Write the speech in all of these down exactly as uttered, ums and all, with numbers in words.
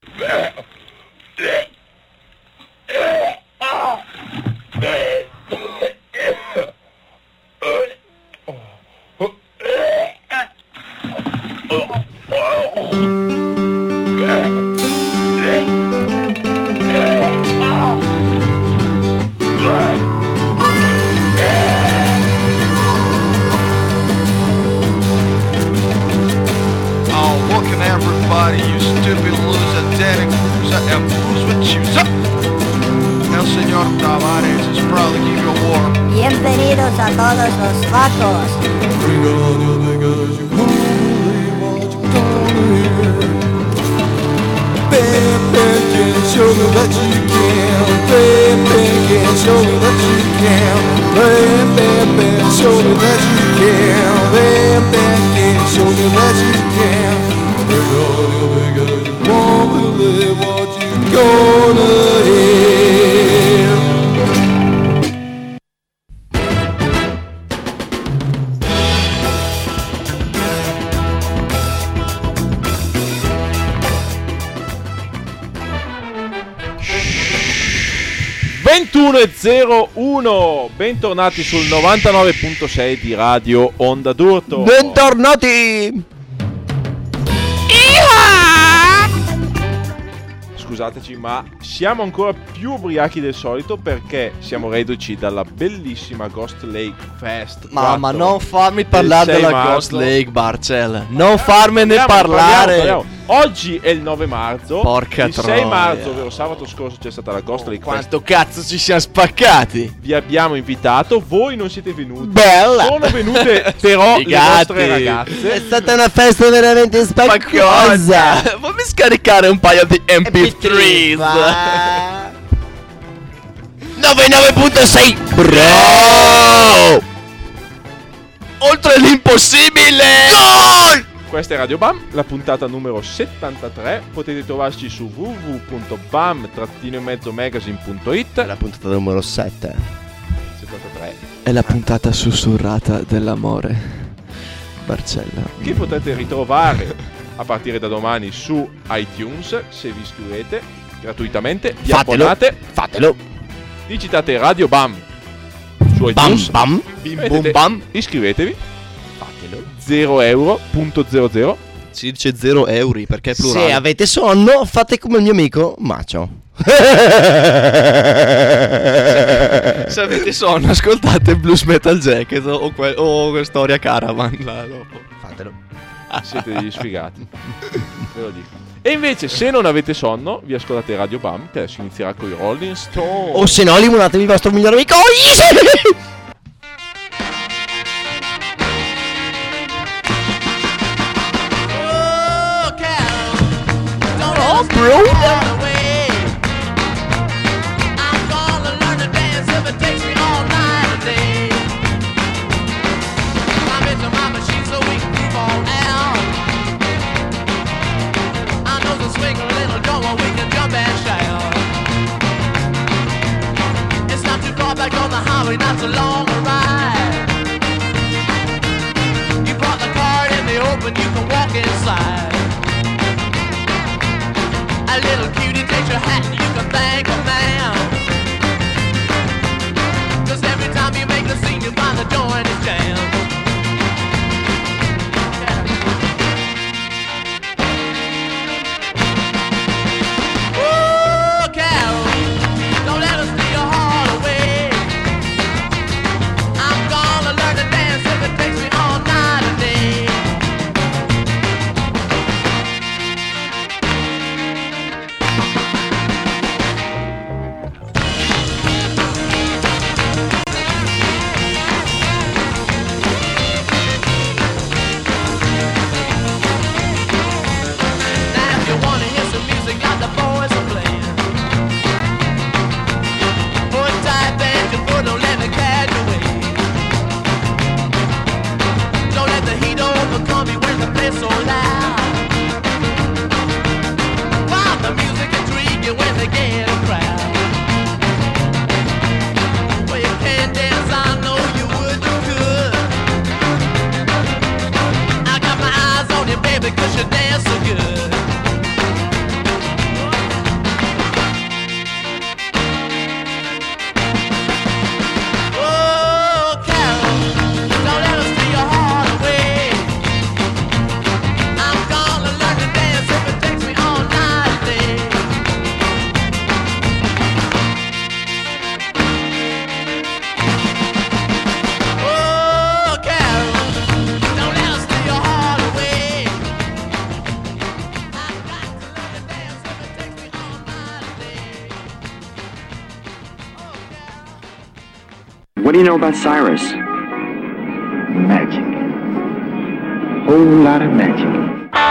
Bienvenidos a todos los vacos. Show me that you can, baby, show me that you can, baby, show me that you can, baby, show me that you can. Baby, you won't believe what you're gonna hear. ventuno e zero uno, bentornati sul novantanove virgola sei di Radio Onda d'Urto. Bentornati! Scusateci, ma siamo ancora più ubriachi del solito perché siamo reduci dalla bellissima Ghost Lake Fest. Mamma, non farmi parlare della marzo. Ghost Lake, Barcel. Non farmene Parliamo, parlare. parliamo, parliamo. Oggi è il nove marzo. Porca il troia. sei marzo, ovvero sabato scorso, c'è stata la Ghost Lake Fest. Quanto cazzo ci siamo spaccati. Vi abbiamo invitato, voi non siete venuti. Bella. Sono venute però le Figati. vostre ragazze. È stata una festa veramente spaccosa. Fammi scaricare un paio di M P tre novantanove virgola sei. Bro. Oltre l'impossibile. Gol. Questa è Radio Bam, la puntata numero settantatré. Potete trovarci su w w w punto bam trattino in mezzo magazine punto it. È la puntata numero sette. settantatré. È la puntata sussurrata dell'amore. Barcella. Che potete ritrovare a partire da domani su iTunes se vi iscrivete gratuitamente. Vi Fatelo. abbonate. Fatelo. Digitate Radio Bam su Bam iTunes. bam. Bim Mettete- bum bam. Iscrivetevi. Fatelo. zero euro punto zero zero. Si dice zero euro perché è plurale. Se avete sonno, fate come il mio amico Macio. Se avete sonno, ascoltate Blues Metal Jacket o, que- o Storia Caravan. Là, dopo. Fatelo. Siete degli sfigati. Ve lo dico. E invece, se non avete sonno, vi ascoltate Radio Bam, che adesso inizierà con i Rolling Stones. O se no, limonatevi il vostro migliore amico. Oh, bro. Not so long a ride. You brought the card in the open, you can walk inside. A little cutie takes your hat and you can thank a man. Cause every time you make a scene you find the door in his jam. Ooh, Carol, don't let us steal your heart away. I'm gonna learn to dance if it takes me all night and day. Now if you wanna hear some music like the boys are playing, put tight band your foot, don't let me catch you away. Don't let the heat overcome you when the place so loud. While the music intrigue you when they get a crowd. Well, you can't dance, I know you would, you could. I got my eyes on you, baby, cause you dance so good. What do you know about Cyrus? Magic. Whole lot of magic.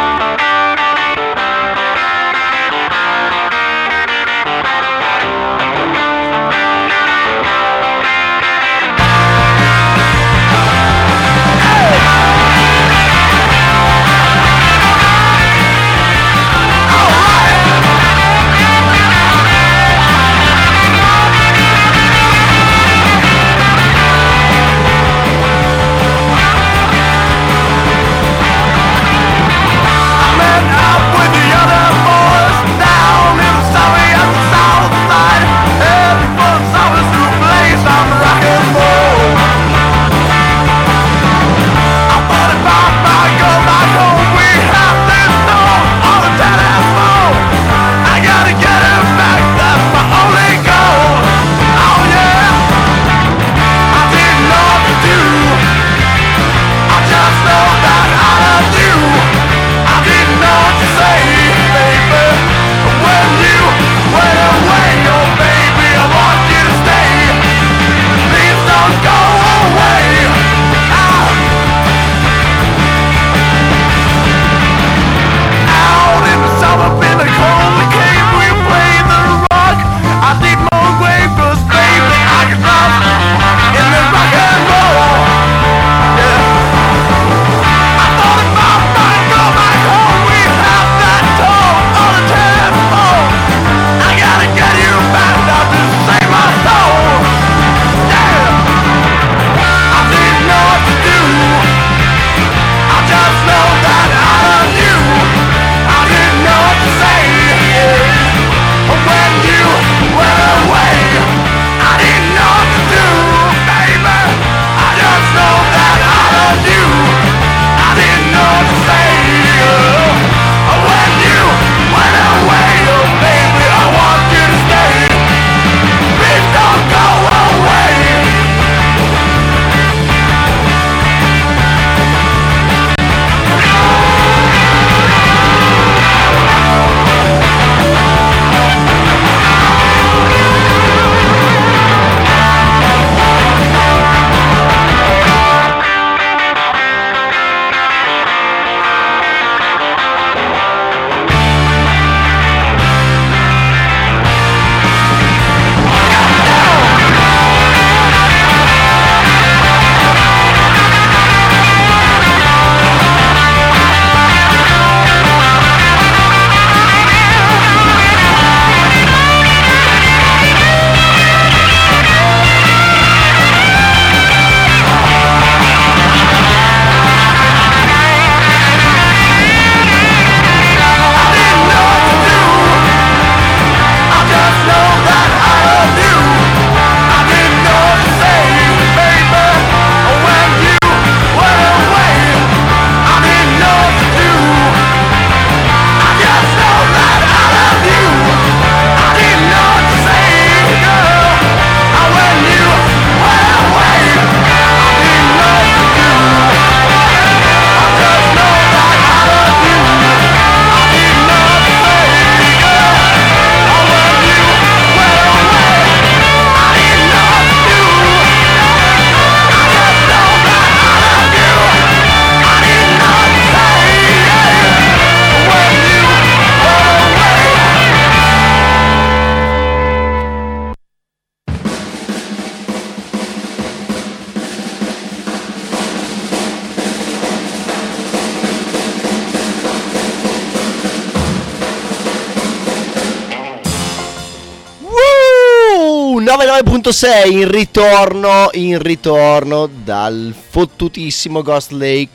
novantanove virgola sei in ritorno, in ritorno dal fottutissimo Ghost Lake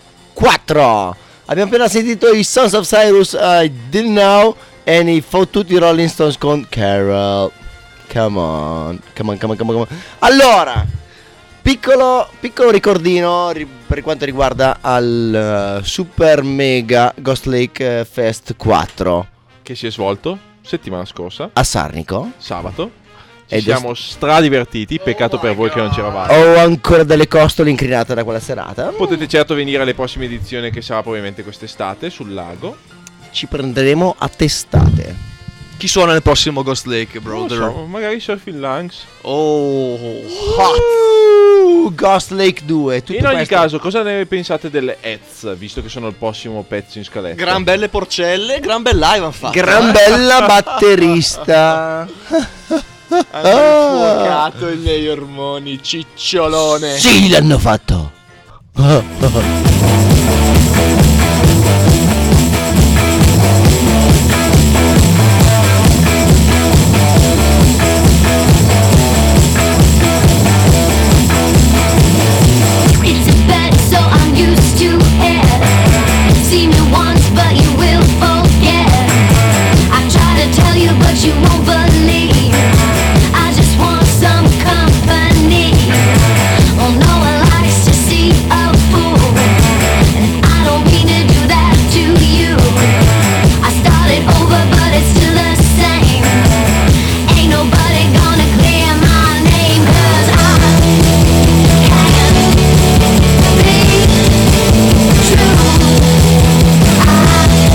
quattro. Abbiamo appena sentito i Sons of Cyrus, I Didn't Know, e i fottuti Rolling Stones con Carol. Come on, come on, come on, come on. Allora, piccolo, piccolo ricordino ri- per quanto riguarda al uh, Super Mega Ghost Lake Fest quattro, che si è svolto settimana scorsa a Sarnico, sabato. Ci Ed siamo stradivertiti, peccato Oh per voi God. che non c'eravate. Ho ancora delle costole incrinate da quella serata. Potete certo venire alle prossime edizioni, che sarà probabilmente quest'estate sul lago. Ci prenderemo a testate. Chi suona nel prossimo Ghost Lake, Non lo brother? so, magari Surfing Lungs. Oh, hot. Uh, Ghost Lake due. Tutto In ogni questo- caso, cosa ne pensate delle Ets, visto che sono il prossimo pezzo in scaletta? Gran belle porcelle, gran bel live han fatto. Gran eh. bella batterista. Hanno infuocato i miei ormoni, cicciolone. Sì, l'hanno fatto. It's a bet, so I'm used to it. Seen you once, but you will forget. I try to tell you, but you won't believe. I just want some company. Oh, no one likes to see a fool, and I don't mean to do that to you. I started over, but it's still the same. Ain't nobody gonna clear my name, 'cause I can't be true. I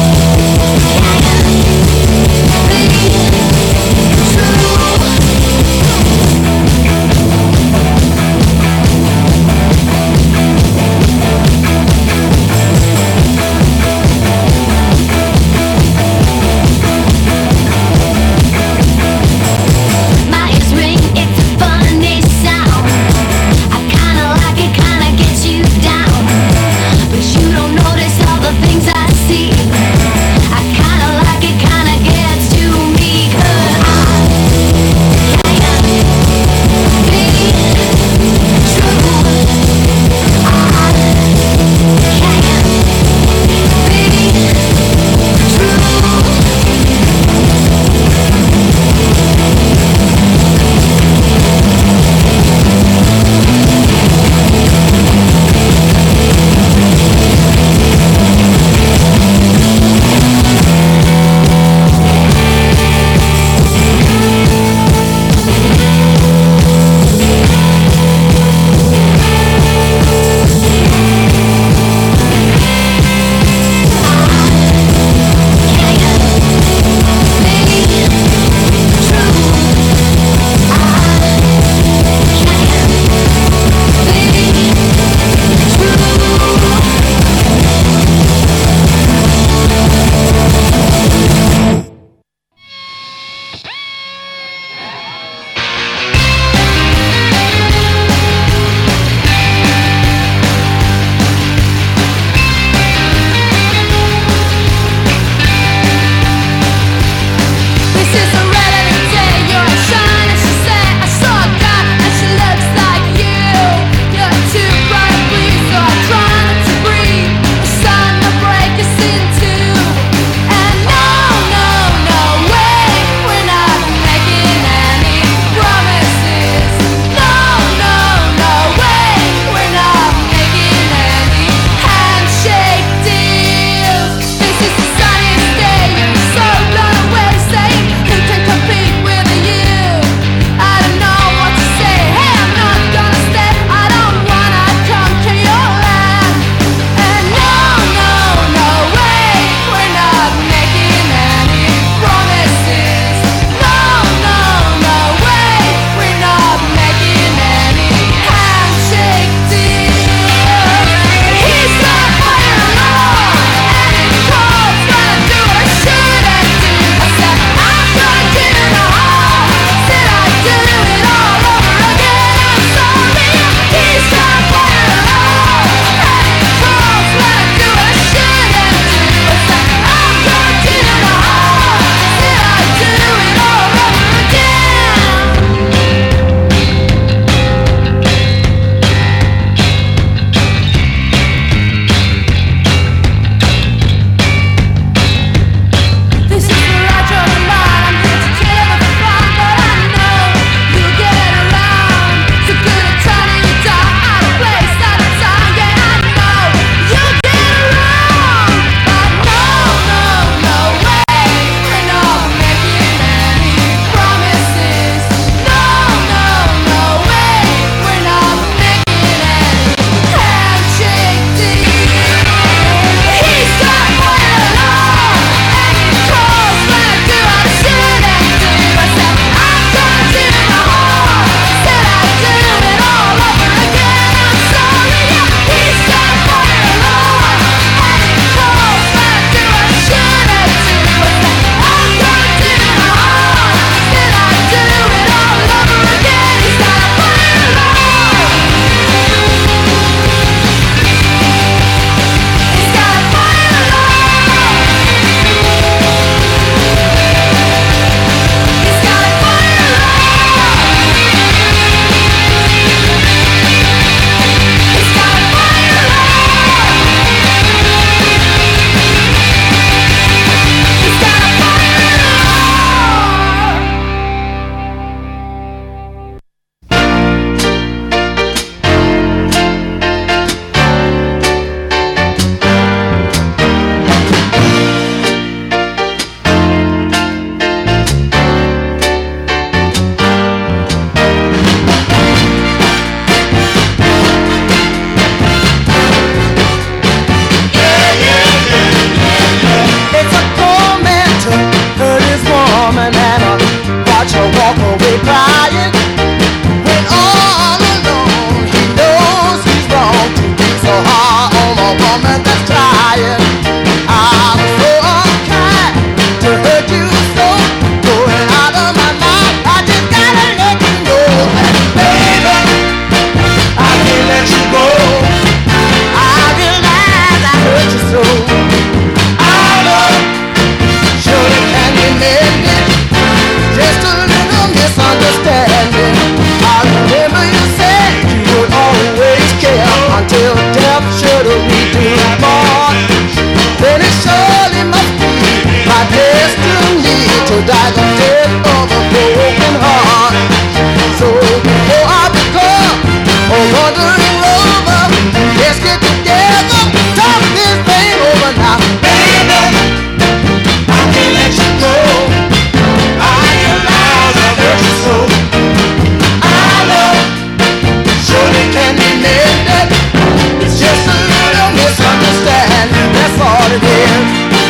walk away crying. When all alone he knows he's wrong to be so hard on a woman that's trying. I was so unkind to hurt you so, going out of my life. I just gotta let you know that, baby, I can't let you go. I realize I hurt you so. I know, surely can be mended. Just a little misunderstanding. I remember you said you would always care until death should we do part. Then it surely must be my destiny to die the death of a broken heart. So before I become a wandering rover, let's get together, talk this thing over now. Baby, I can't let you go. I realize I hurt you so. I know, surely can be mended. It's just a little misunderstanding, that's all it is.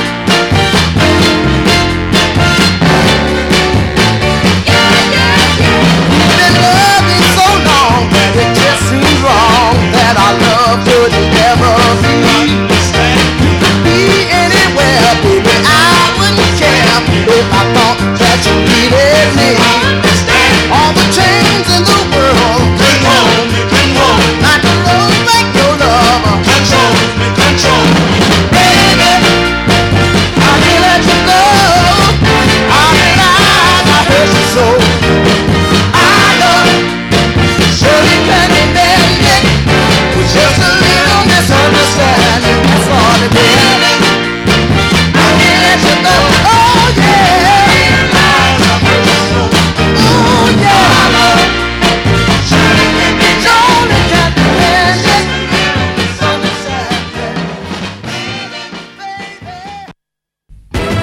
We've been loving so long that it just seems wrong that our love could never be. You could be anywhere, baby, I wouldn't care if I thought that you needed me. All the chains in the world can hold me, can hold me. Not to love like your lover. Control me, control me. Baby, I can't let you go. I realize I hurt you so. I know, surely can be mended with just a little misunderstanding. That's all it is. I can't let you go. Oh yeah. Oh yeah. Surely can be, surely can be mended. Misunderstanding. Baby.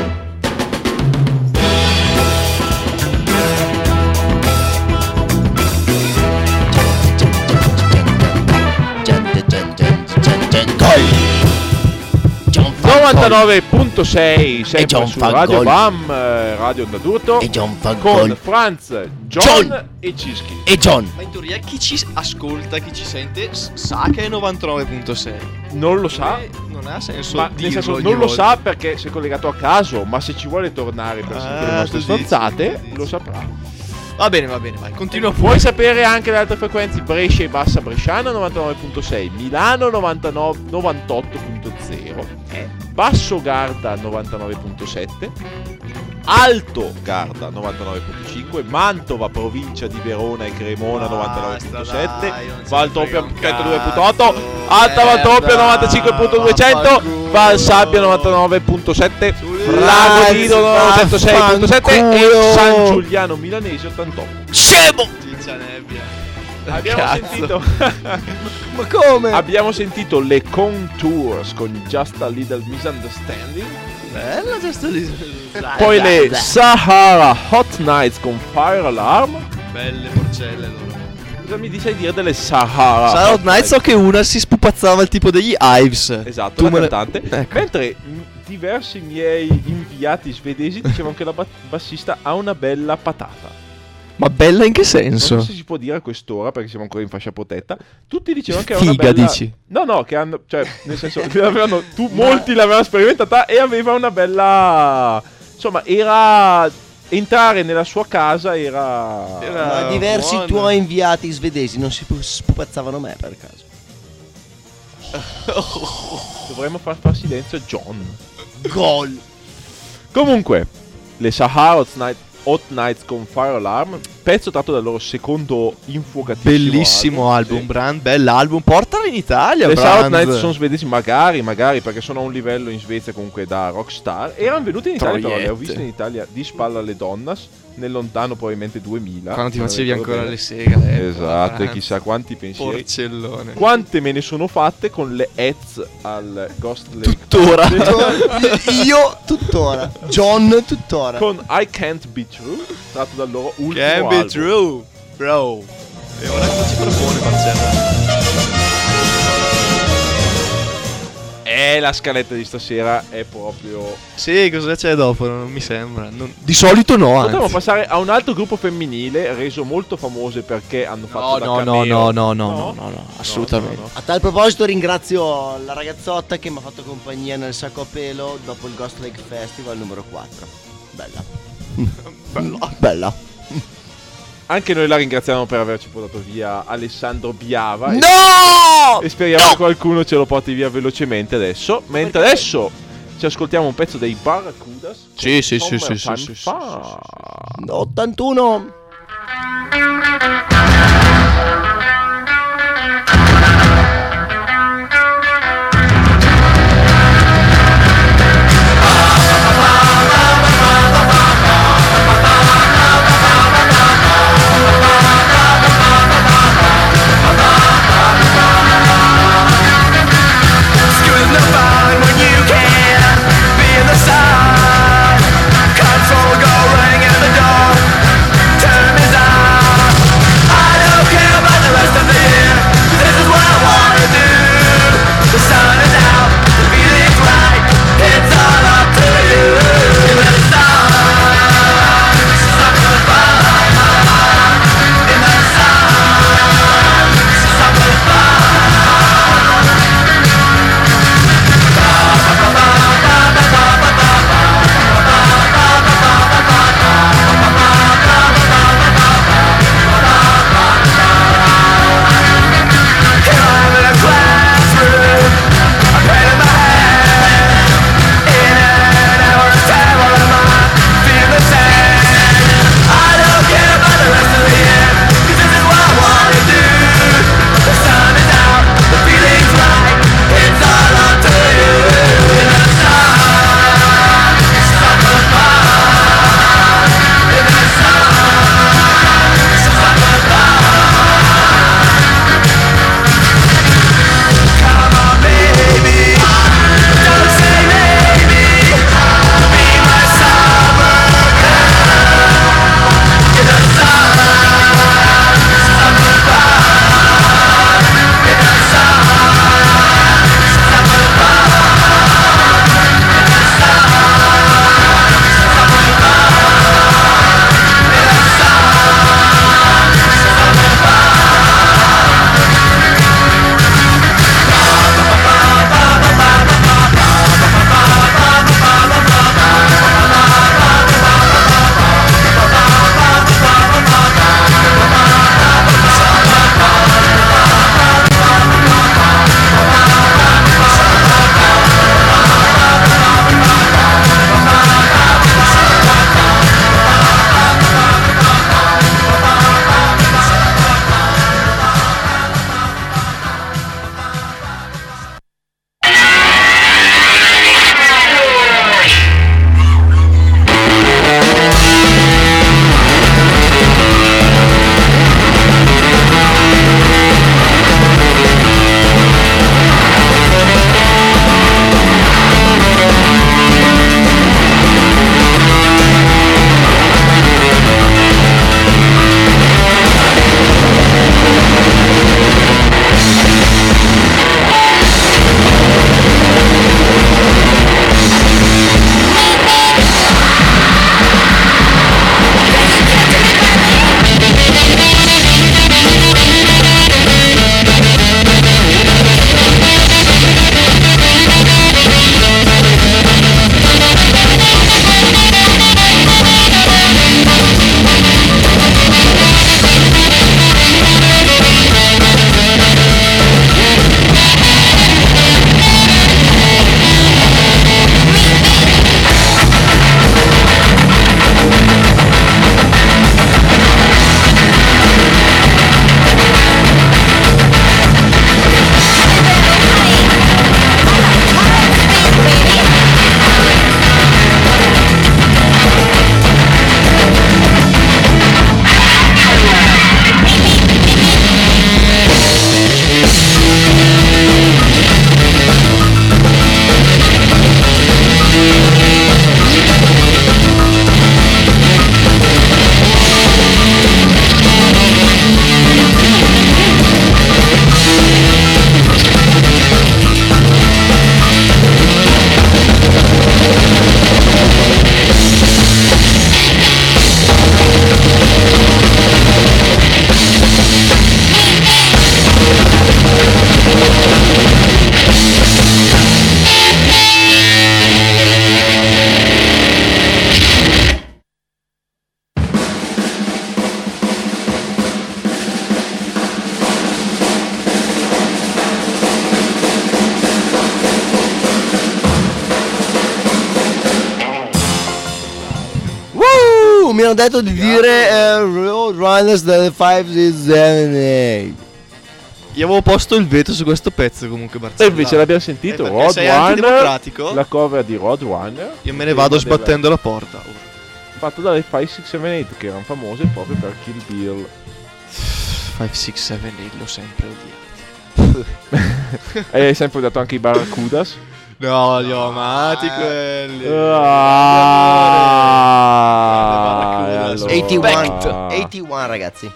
novantanove virgola sei sempre John su fa Radio gol. Bam, eh, Radio Onda d'Urto, E John fa con gol. Franz, John, John. e Cischi. E John. Ma in teoria chi ci ascolta, chi ci sente, s- sa che è novantanove virgola sei. Non lo sa, Eh, Non ha senso ma nel dirlo senso ogni non lo volta. sa perché si è collegato a caso, ma se ci vuole tornare per sentire le Ah, nostre tu dici, stronzate, tu dici. lo saprà. Va bene, va bene, vai, continua Puoi pure. sapere anche le altre frequenze: Brescia e Bassa Bresciana novantanove virgola sei, Milano novantanove novantotto virgola zero, Basso Garda novantanove virgola sette, Alto Garda novantanove virgola cinque, Mantova provincia di Verona e Cremona novantanove virgola sette, dai, non ce ne Valtoppia frega un centodue virgola cazzo. otto, Alta Valtoppia Merda, novantacinque virgola duecento, vaffanculo. Valsabbia novantanove virgola sette, Sul Lago Dido novantosei virgola sette e vaffanculo. San Giuliano Milanese ottantotto. Scemo! Ciccia nebbia. Abbiamo Cazzo. sentito Ma come? Abbiamo sentito le Contours con Just a Little Misunderstanding. Bella giusto lì. Poi le Sahara Hot Nights con Fire Alarm. Belle porcelle loro. Cosa mi dici a dire delle Sahara Sarà Hot Night, so che una si spupazzava il tipo degli Ives. Esatto, Tu la me ne- cantante. Ecco. Mentre mh, diversi miei inviati svedesi dicevano che la ba- bassista ha una bella patata. Ma bella in che Non senso? so se si può dire a quest'ora perché siamo ancora in fascia protetta. Tutti dicevano che ha una Figa, bella... dici? No, no, che hanno... Cioè, nel senso, l'avevano, tu, molti l'avevano sperimentata e aveva una bella... Insomma, era... Entrare nella sua casa era... Era- Ma diversi buono. tuoi inviati svedesi non si pu- spupazzavano me per caso. Dovremmo far far silenzio a John. Gol. Comunque, le Sahara Hot, Night, Hot Nights con Fire Alarm, pezzo tratto dal loro secondo infuocatissimo Bellissimo album, sì. Brand, bell'album. Portalo in Italia, Le Sahara Hot Brand. Nights sono svedesi, magari, magari, perché sono a un livello in Svezia comunque da rockstar. Erano venuti in Italia, però le ho Proiette. viste in Italia di spalla alle donnas, nel lontano probabilmente duemila. Quando ti non facevi ricordo ancora bene. le seghe. Esatto, e chissà quanti pensieri. Porcellone. Quante me ne sono fatte con le ads al Ghost Lake. Tuttora. Io tuttora. John tuttora. Con I Can't Be True, tratto dal loro ultimo Can be album. true, bro. E ora cosa ci propone Marcella? Eh, la scaletta di stasera è proprio... Sì, cosa c'è dopo? Non mi sembra. Non- Di solito no, Potremmo anzi. passare a un altro gruppo femminile reso molto famose perché hanno fatto No, da no, cameo. no, no, no, no, no, no, no, assolutamente. no, no. A tal proposito ringrazio la ragazzotta che mi ha fatto compagnia nel sacco a pelo dopo il Ghost Lake Festival numero quattro. Bella. Bella. Bella. Anche noi la ringraziamo per averci portato via Alessandro Biava. e- No! E speriamo che qualcuno ce lo porti via velocemente adesso. Mentre adesso ci ascoltiamo un pezzo dei Barracudas. Sì, sì, sì, Summer sì, Time sì, sì, Fa. ottantuno. School's no fun when you can't be in the sun. Console go ring at the door. Term is out. mi hanno detto di dire eh, Roadrunners del cinque sei sette otto. Io avevo posto il veto su questo pezzo comunque E Barcellona. invece l'abbiamo sentito, Eh, perché sei Roadrunner, antidemocratico? la cover di Roadrunner. Io me ne vado Tema sbattendo la porta. della- fatto dalle cinque sei sette otto, che erano famose proprio per Kill Bill. cinque sei sette otto l'ho sempre odiato. E hai sempre dato anche i Barracudas. No, li ho amati quelli. Ah, Grande e Barracuda, ottantuno, allora- ottantuno ragazzi.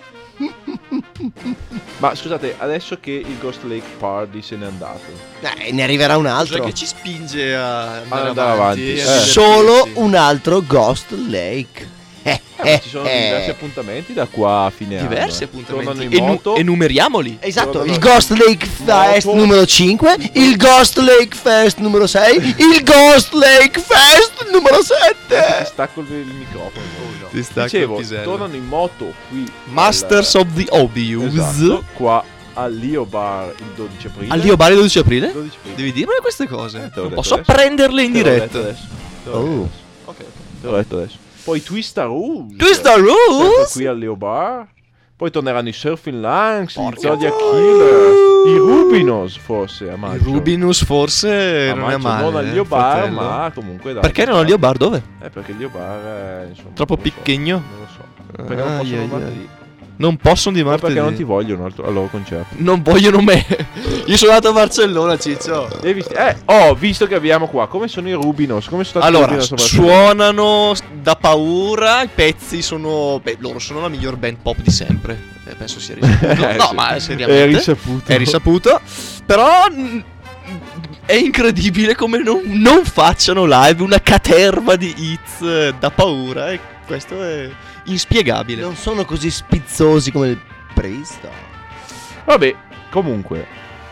Ma scusate, adesso che il Ghost Lake Party se n'è andato, Eh, ne arriverà un Cos'è altro. che ci spinge a andare, andare avanti? e a Eh. divertirsi? Solo un altro Ghost Lake. Eh, eh, eh, ci sono eh. diversi appuntamenti da qua a fine anno. Diversi eh. Tornano appuntamenti. in Enu- moto. enumeriamoli. Esatto, Tornano- il Ghost Lake Fest Moto. numero cinque, il Ghost Lake Fest numero sei, il Ghost Lake Fest numero Ti sette. stacco il, il microfono. Ti stacco Dicevo, il pisello. tornano in moto qui. Masters al- of the Obvious. Esatto, qua a Lio Bar il dodici aprile. Al Dio Bari dodici aprile? dodici aprile. Devi dirmi queste cose. Eh, te l'ho Non detto posso adesso. apprenderle in Te l'ho detto diretta. adesso. Te l'ho Oh. detto adesso. Ok, te l'ho detto adesso. Poi Twista Rouge. Twista sempre Rules. qui al Leo Bar. Poi torneranno i Surfing Lungs, i Porca Zodiac troia. Killer, i Rubinos forse a Il maggio. Rubinus forse a non è maggio, male. non al eh, Lio Bar, fratello. ma comunque dai. Perché non al Lio Bar? Dove? Eh, perché il Lio Bar è insomma, Troppo non lo so. picchegno? Non lo so. Perché non Ai, possono ai, martedì. Non possono di Ma martedì. perché non ti vogliono al, al loro concerto. Non vogliono me. Io sono andato a Barcellona, Ciccio. Hai visto? Eh, oh, visto che abbiamo qua, come sono i Rubinos? Come sono stati i Allora, Rubinos a Barcellona? suonano da paura. I pezzi sono. Beh, loro sono la miglior band pop di sempre. Eh, penso sia risaputo. Eh, No, sì. ma seriamente. È risaputo. È risaputo. Però. mh, È incredibile come non, non facciano live una caterva di hits eh, da paura. E questo è inspiegabile. Non sono così spizzosi come il previsto. Vabbè, comunque,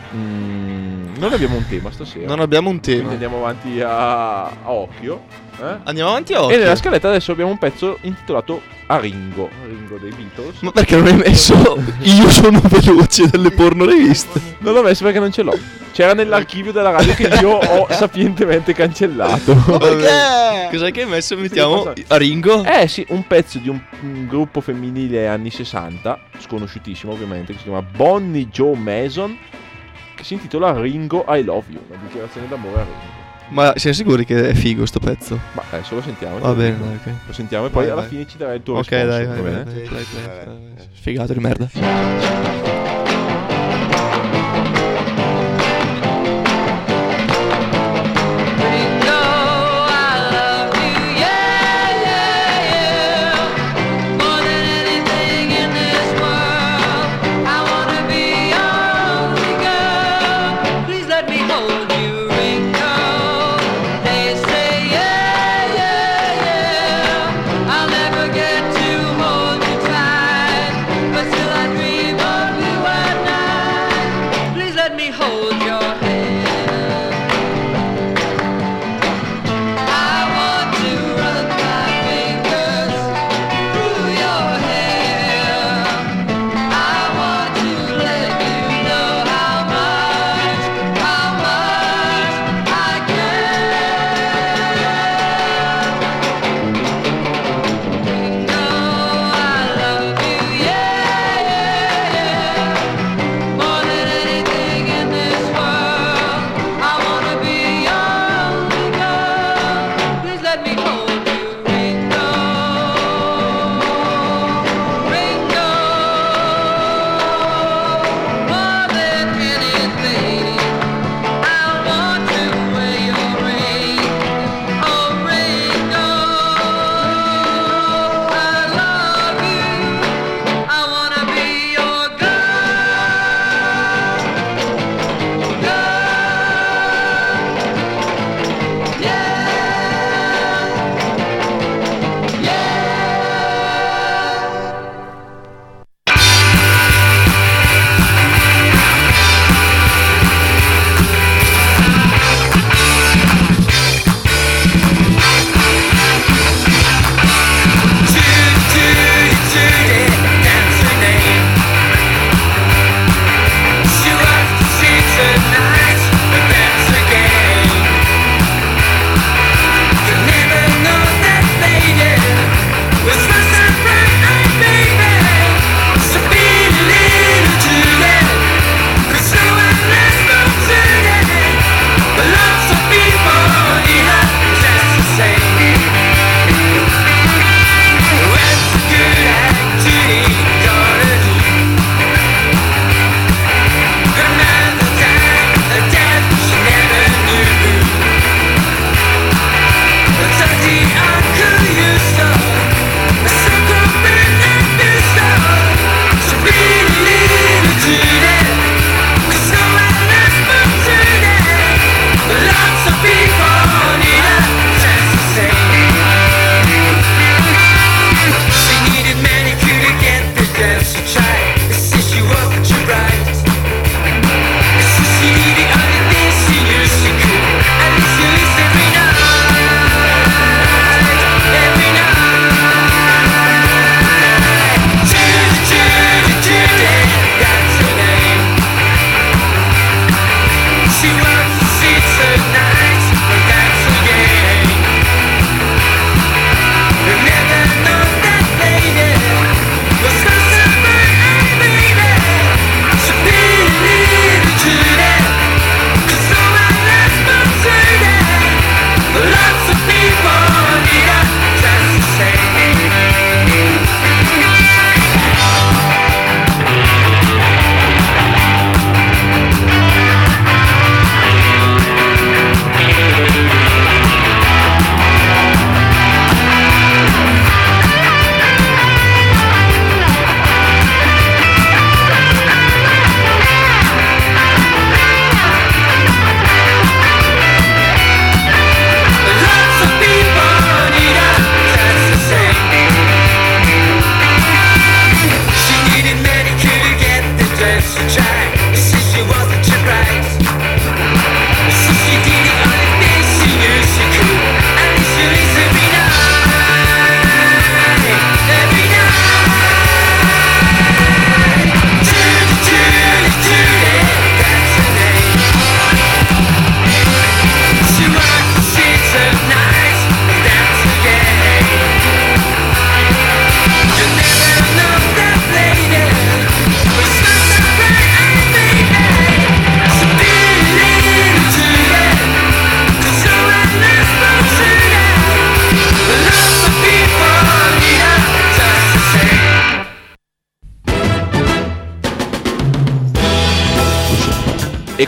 mm, non abbiamo un tema stasera. Non abbiamo un Quindi tema. andiamo avanti a, a occhio. eh? Andiamo avanti a occhio. E nella scaletta adesso abbiamo un pezzo intitolato A Ringo. Ringo dei Beatles. Ma perché non hai messo Io sono veloce delle porno riviste? Non l'ho messo perché non ce l'ho. C'era nell'archivio della radio che io ho sapientemente cancellato. Perché? Cos'è che hai messo? Mettiamo cosa- a Ringo? Eh sì, un pezzo di un, un gruppo femminile anni sessanta, sconosciutissimo ovviamente, che si chiama Bonnie Joe Mason, che si intitola Ringo I Love You, una dichiarazione d'amore a Ringo. Ma siamo sicuri che è figo sto pezzo? Ma adesso lo sentiamo. Va te lo bene, dico. dai, ok. Lo sentiamo e poi Vai, alla vai. fine ci darai il tuo Ok, risposto, dai, va vai, vai, bene? vai, play, play, play. Sfigato di merda. I'll never get to hold you tight, but still I dream of you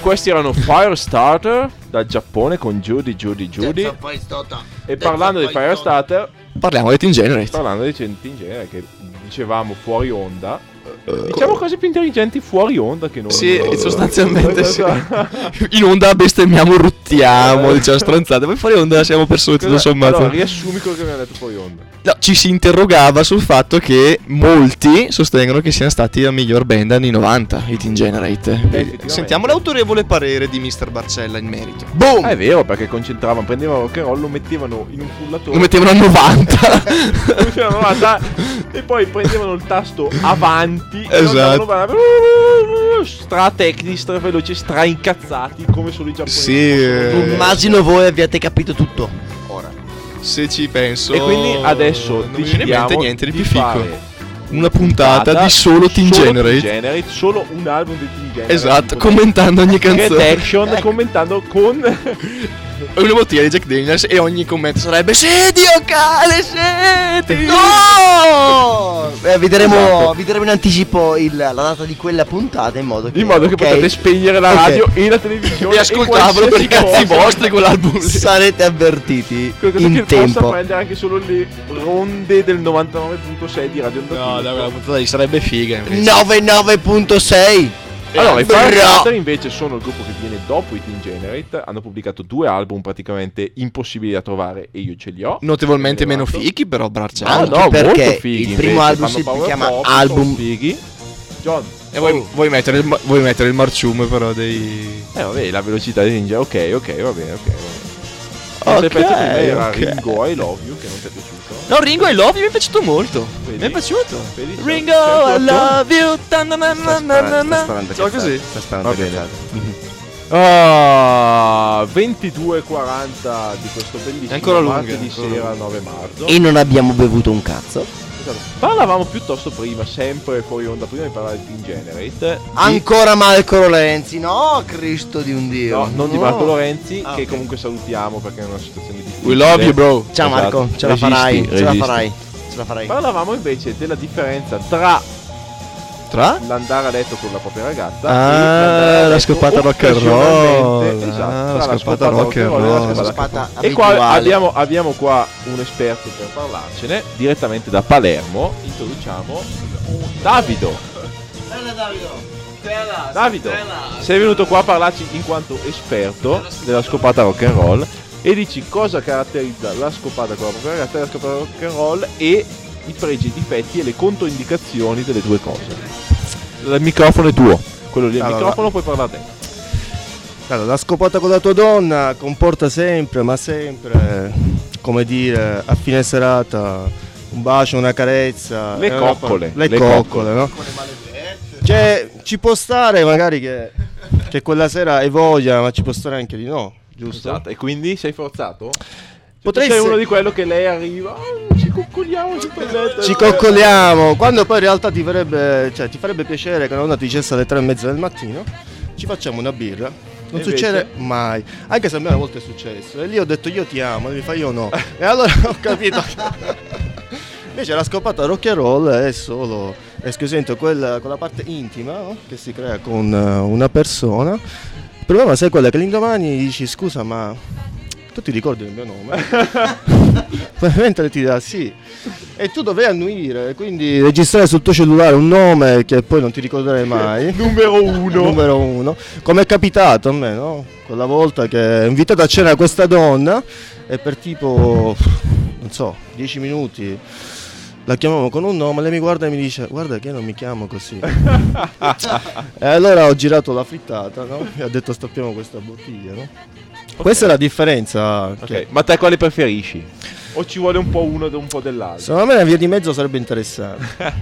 questi erano Firestarter dal Giappone con Judy Judy Judy. E parlando di Firestarter, Parliamo di Teen Generate. parlando di Teen Generate, che dicevamo fuori onda, diciamo cose più intelligenti fuori onda che non. Sì, non- sostanzialmente sì. Cosa- In onda bestemmiamo, ruttiamo, diciamo stronzate. Poi fuori onda siamo persone tutto cosa- sommato. Allora, riassumi quello che abbiamo detto fuori onda. No, ci si interrogava sul fatto che molti sostengono che siano stati la miglior band anni novanta, i Teen Generate. effettivamente. Sentiamo l'autorevole parere di mister Barcella in merito. Boom! Ah, è vero, perché concentravano, prendevano rock and roll, lo mettevano in un frullatore. Lo mettevano a novanta. Lo mettevano novanta, e poi prendevano il tasto avanti. e lo Esatto. andavano a- Stra tecnici, stra veloci, stra incazzati, come solo i giapponesi. Sì, possono eh. Immagino voi abbiate capito tutto. Ora. Se ci penso. E quindi adesso non mi viene in decidiamo mente niente di più fare fico. Una puntata di solo Teen solo Generate. Teen Generate, solo un album di Teen Generate. Esatto, Tipo commentando ogni Red canzone. Action, commentando con Una bottiglia di Jack Daniels e ogni commento sarebbe: Sedi, Ocale, sedi! No! Eh, vi, daremo, Esatto. vi daremo in anticipo il- la data di quella puntata in modo che, in modo che ok, potete spegnere la ok, radio e la televisione E ascoltarvelo per i qualsiasi cazzi cosa. vostri con l'album lì. sarete avvertiti Cosa in che possa tempo. prendere anche solo le ronde del novantanove virgola sei di Radio Onda No, Tutto. dai, quella puntata lì sarebbe figa invece. novantanove virgola sei. Allora, i Bra- Firestarter invece sono il gruppo che viene dopo i Teen Generate. Hanno pubblicato due album praticamente impossibili da trovare e io ce li ho. Notevolmente Me ne meno vanto. fighi, però Barcella. Ah, Anche no, perché molto fighi il primo invece, album fanno si power chiama pop, album- sono fighi. John. E vuoi, vuoi, mettere il, ma- vuoi mettere il marciume però dei... Eh vabbè, la velocità di Ninja. Ok, ok, va bene, ok. Va bene. Ok, Il pezzo prima era ok. Ringo I Love You, che non ti è piaciuto. No, Ringo I Love You mi è piaciuto molto. Vedi? Mi è piaciuto. Vedi? Ringo Sei- sei I love you. Ta-na-na-na-na-na. So così. Va bene. Ah, ventidue e quaranta di questo bellissimo È ancora lunga, martedì ancora sera lunga. nove marzo. E non abbiamo bevuto un cazzo. Esatto. Parlavamo piuttosto prima, sempre fuori onda, prima di parlare di Teen Generate. di- Ancora Marco Lorenzi. No, Cristo di un Dio. No, non di No. Marco Lorenzi, Ah, che ok. comunque salutiamo perché è una situazione difficile. We love you, bro. Ciao Esatto. Marco, ce la Resisti, farai. Ce la resisti. farai. Ce la farai. Parlavamo invece della differenza tra Tra? l'andare a letto con la propria ragazza Ah, e l'andare a la letto scopata rock and occasionalmente. roll. Esatto, Ah, tra la scopata rock and e la roll. scopata- Scopata E qua abituale. abbiamo, abbiamo qua un esperto per parlarcene, direttamente da Palermo. Introduciamo Davido. Davido, sei venuto qua a parlarci in quanto esperto della scopata rock and roll e dici cosa caratterizza la scopata con la propria ragazza, la scopata rock and roll e i pregi, i difetti e le controindicazioni delle due cose. Il microfono è tuo, quello lì è il Allora, microfono, puoi parlare te. Allora, la scopata con la tua donna comporta sempre, ma sempre, come dire, a fine serata, un bacio, una carezza. Le è una coccole, pa- Le, le coccole, coccole. no? Cioè, ci può stare magari che, che quella sera hai voglia, ma ci può stare anche di no, giusto? Esatto, e quindi sei forzato? Cioè, Potrei tu sei se- uno di quello che lei arriva, "Ah, ci coccoliamo sotto il letto. Ci coccoliamo, quando poi in realtà ti farebbe, cioè, ti farebbe piacere che la donna ti dicesse alle tre e mezza del mattino, ci facciamo una birra. Non E succede invece? mai, anche se a me una volta è successo. E lì ho detto io ti amo, e mi fa io no. E allora ho capito. Invece la scopata rock and roll è solo esclusivamente quella, quella parte intima, no? Che si crea con eh, una persona. Il problema sai qual è? Che l'indomani dici scusa ma tu ti ricordi il mio nome? Mentre ti dà sì. E tu dovevi annuire, quindi registrare sul tuo cellulare un nome che poi non ti ricorderai mai. Numero uno. Numero uno. Come è capitato a me, no? Quella volta che ho invitato a cena questa donna e per tipo, non so, dieci minuti la chiamavo con un nome, lei mi guarda e mi dice guarda che io non mi chiamo così. E allora ho girato la frittata, no? E ho detto stoppiamo questa bottiglia, no? Questa è la differenza. Ok, Che, ma te quale preferisci? O ci vuole un po' uno e un po' dell'altro? secondo me una via di mezzo sarebbe interessante.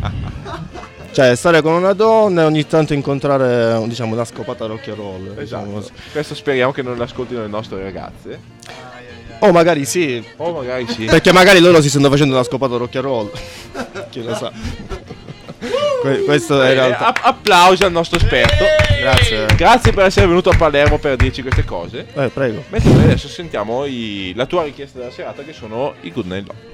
Cioè stare con una donna e ogni tanto incontrare, diciamo, una scopata rock and roll. diciamo Esatto. così. Questo speriamo che non l'ascoltino le nostre ragazze. O magari sì, O magari sì. perché magari loro si stanno facendo una scopata rock and roll. Chi lo sa. Que- questo è in Eh, realtà. app- applausi al nostro esperto. Grazie. Grazie per essere venuto a Palermo per dirci queste cose. Eh, prego. Mentre noi adesso sentiamo i- la tua richiesta della serata, che sono i Good Night Love.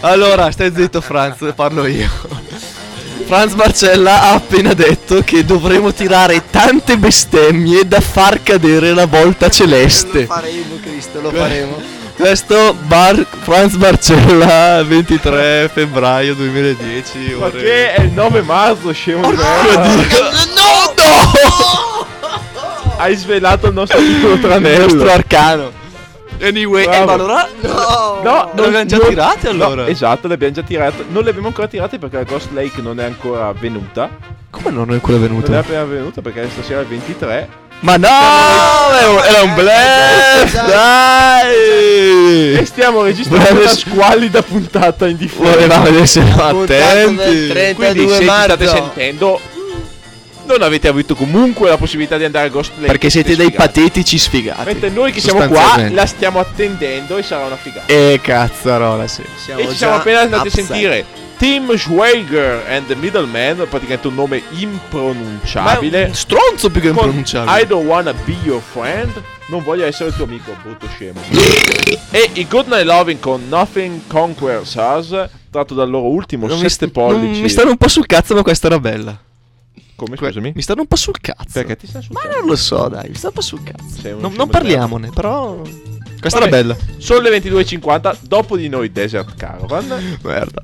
Allora, stai zitto Franz, parlo io. Franz Marcella ha appena detto che dovremo tirare tante bestemmie da far cadere la volta celeste. Lo faremo, Cristo, lo faremo. Questo Bar- Franz Marcella, ventitré febbraio duemiladieci. Ma ore- che è il nove marzo, scemo di Porco merda. Dio. No, no! Hai svelato il nostro piccolo Il tranello. nostro arcano. Anyway, eh, Bravo. ma allora No. No, non le abbiamo già tirate allora? No, esatto, le abbiamo già tirate. Non le abbiamo ancora tirate perché la Ghost Lake non è ancora venuta. come non è ancora Non è venuto? appena venuta perché stasera è il ventitré. Ma no, era un- era un bluff, E dai! stiamo registrando Voleva- una squallida puntata in differita. Volevamo essere Puntata del attenti. trentadue Quindi se ci state marzo. sentendo, non avete avuto comunque la possibilità di andare a Ghost Lake. Perché siete dei sfigati. patetici sfigati. Mentre noi che siamo qua Sostanzialmente. la stiamo attendendo e sarà una figata. E cazzarola, sì. Siamo E ci siamo già appena andati a upside. sentire Tim Schweiger and the Middleman, praticamente un nome impronunciabile. Stronzo più che con impronunciabile. I don't wanna be your friend. Non voglio essere il tuo amico, brutto scemo. E i Good Night Loving con Nothing Conquers Us, tratto dal loro ultimo Non mi, sette st- pollici. non mi stanno un po' sul cazzo, ma questa era bella. Come, Que- scusami? Mi stanno un po' sul cazzo. Perché ti sta sul Ma cazzo? non lo so, dai, mi stanno un po' sul cazzo. Sei un Non, scemo non di parliamone, però. Questa Vabbè, era bella. Sono le ventidue e cinquanta, dopo di noi Desert Caravan. Merda.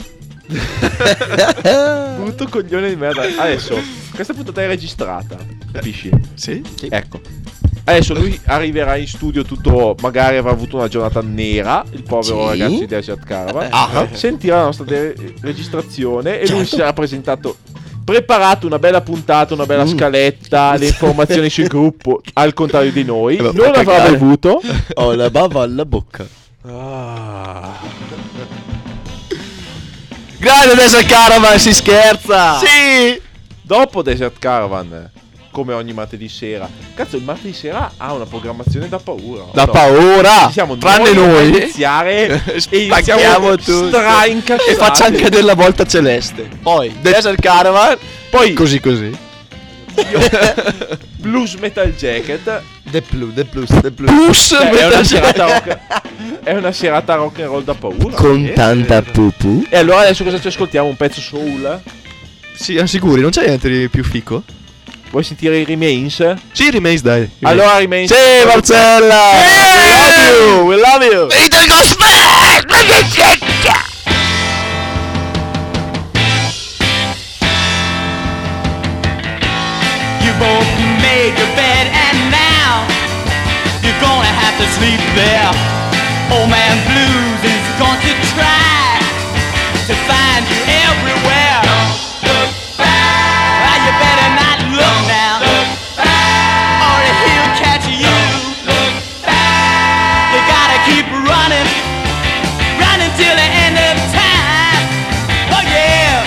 Brutto coglione di merda. Adesso, questa puntata è registrata, capisci? Sì? Ecco. Adesso lui arriverà in studio tutto, magari avrà avuto una giornata nera, il povero Sì. ragazzo di Desert Caravan. Ah. Sentirà la nostra de- registrazione e lui Certo. si sarà presentato, preparato una bella puntata, una bella Mm. scaletta, le informazioni sul gruppo, al contrario di noi. Eh, ma Non fa avrà cagare. bevuto. Ho la bava alla bocca. Grande Desert Caravan, si scherza! Sì! Dopo Desert Caravan, come ogni martedì sera. Cazzo, il martedì sera ha una programmazione da paura. Da no? paura! Ci siamo Tranne noi, noi. a iniziare e Spacchiamo iniziamo tutto. stra incazzati. E faccia anche della volta celeste. Poi Desert Caravan. Poi Così così. Blues Metal Jacket. The plus, the plus, the plus. Plus Cioè, è una serata rock. È una serata rock and roll da paura. Con Eh. tanta pupu. E allora adesso cosa ci ascoltiamo? Un pezzo soul? Sì, siamo sicuri, non c'è niente di più fico? Vuoi sentire i Remains? Sì, Remains dai. Remains. Allora Remains. Sì, Marcella! Yeah! We love you! We love you! You both made your bed and now you're gonna have to sleep there. Old man Blues is going to try to find you everywhere. Well, you better not look now, or he'll catch you. You gotta keep running, running till the end of time. Oh yeah.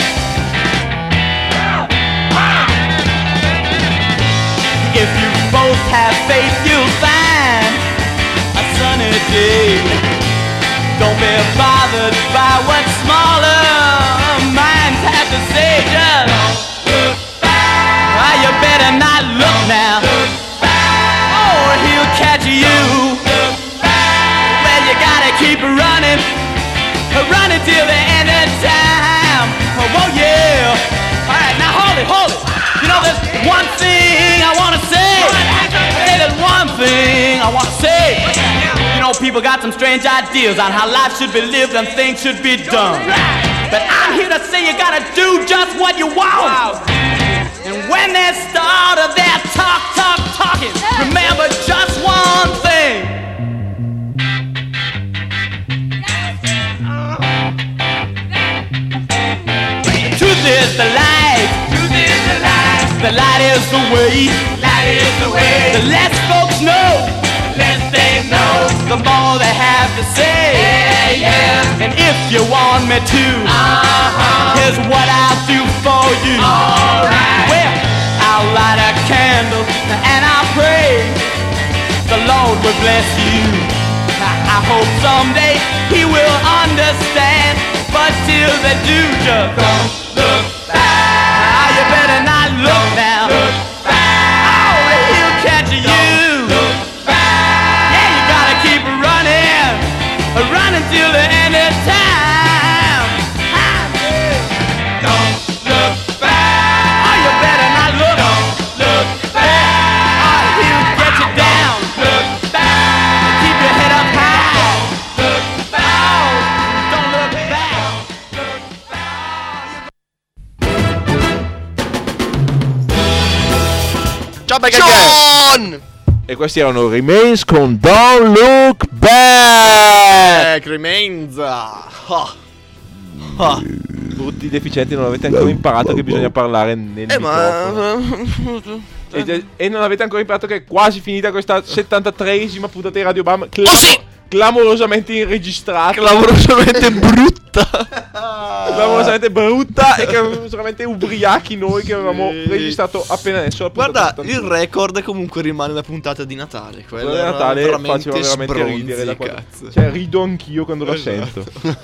If you both have faith, you'll find a sunny day. Don't be bothered by what smaller minds have to say. Just well, you better not look now, or he'll catch you. Well, you gotta keep running, running till the end of time. Oh yeah. All right, now hold it, hold it. You know, there's one thing I wanna say. Hey, there's one thing I wanna say. You know, people got some strange ideas on how life should be lived and things should be done. But I'm here to say you gotta do just what you want. And when they start their talk, talk, talking, remember just one thing. The truth is the light. Truth is the light. The light is the way. Light is the way. The less folks know, the less they know, the more they have to say. Yeah, yeah. And if you want me to, uh-huh, here's what I'll do for you. All right. Well, I'll light a candle and I'll pray the Lord will bless you. I, I hope someday He will understand. But till they do, just don't look back. Ah, you better not look now. Look back. Oh, he'll catch you. Don't look back. Yeah, you gotta keep running, running till the end of time. John! E questi erano Remains con Don't Look Back. Eh, Remains. Ah. Ah. Tutti deficienti, non avete ancora imparato che bisogna parlare nel Eh, microfono. ma. E, e non avete ancora imparato che è quasi finita questa settantatreesima puntata di Radio Bam. Clam- Oh, sì! Clamorosamente inregistrata. Clamorosamente brutta. Clamorosamente brutta. E clamorosamente ubriachi noi che avevamo Sì. registrato appena adesso. la puntata Guarda, il ottantuno. record comunque rimane la puntata di Natale. Quella Quella di era Natale veramente faceva veramente sbronzi, ridere da quando- cazzo. Cioè rido anch'io quando la Esatto. sento.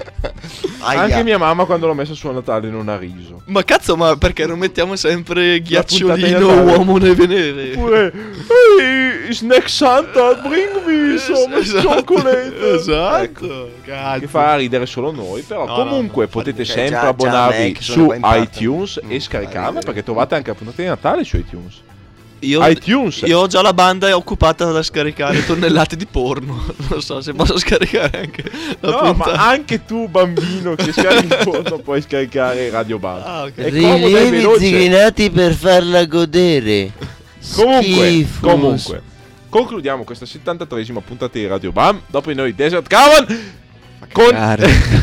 Aia. Anche mia mamma quando l'ho messa su a Natale non ha riso. Ma cazzo, ma perché non mettiamo sempre puntata di ghiacciolino Natale. uomo neve nere? Oppure hey, Snack Santa, bring me some chocolate. Esatto. Ecco, Cazzo. che fa ridere solo noi. Però No, comunque no, no, potete già- sempre già a abbonarvi me che sono su qua in parte. iTunes e scaricarla, perché trovate anche la puntata di Natale su iTunes. Io, iTunes. io ho già la banda occupata da scaricare tonnellate di porno. Non so se posso scaricare anche la No, ma puntata. anche tu bambino che scarichi il porno puoi scaricare Radio Bam. Ah, ok. È comodo e Rilievi veloce. zigrinati per farla godere. Comunque, Schifo. comunque, concludiamo questa settantatreesima puntata di Radio Bam. Dopo di noi Desert Cavern con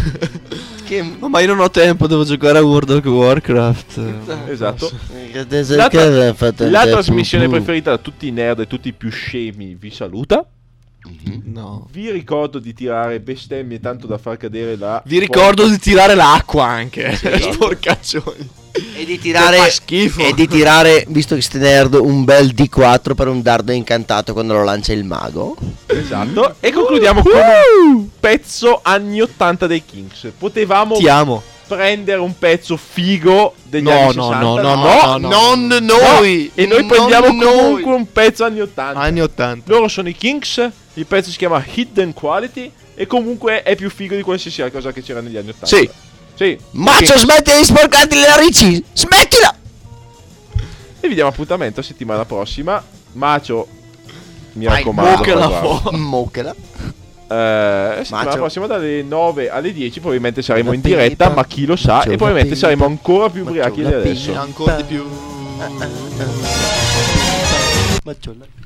Che Ma, ma io non ho tempo, devo giocare a World of Warcraft. esatto. adesso La, il cavolo ha fatto la il trasmissione pupù. preferita da tutti i nerd e tutti i più scemi vi saluta. No. Vi ricordo di tirare bestemmie tanto da far cadere la Vi ricordo di tirare l'acqua anche. Sporcaccioni. E di tirare Che fa schifo. E di tirare, visto che siete nerd, un bel D quattro per un dardo incantato quando lo lancia il mago. Esatto. E concludiamo con un pezzo anni ottanta dei Kings. Potevamo Ti amo. prendere un pezzo figo degli No, anni no, sessanta. no, no, no, no. non No, noi. e noi non prendiamo noi. comunque un pezzo anni ottanta. Anni ottanta. Loro sono i Kings, il pezzo si chiama Hidden Quality e comunque è più figo di qualsiasi altra cosa che c'era negli anni ottanta. Sì. Sì. Macio, smetti di sporcarti le narici. Smettila. E vi diamo appuntamento a settimana prossima. Macio, mi Vai, raccomando. moccala guarda. fuori. Moccala. Eh, settimana Macio. prossima dalle nove alle dieci probabilmente saremo La in diretta, pipa. ma chi lo sa, Macio, e la probabilmente pipa. saremo ancora più Macio, ubriachi la di adesso. pipa. Ancora di più. Macio, la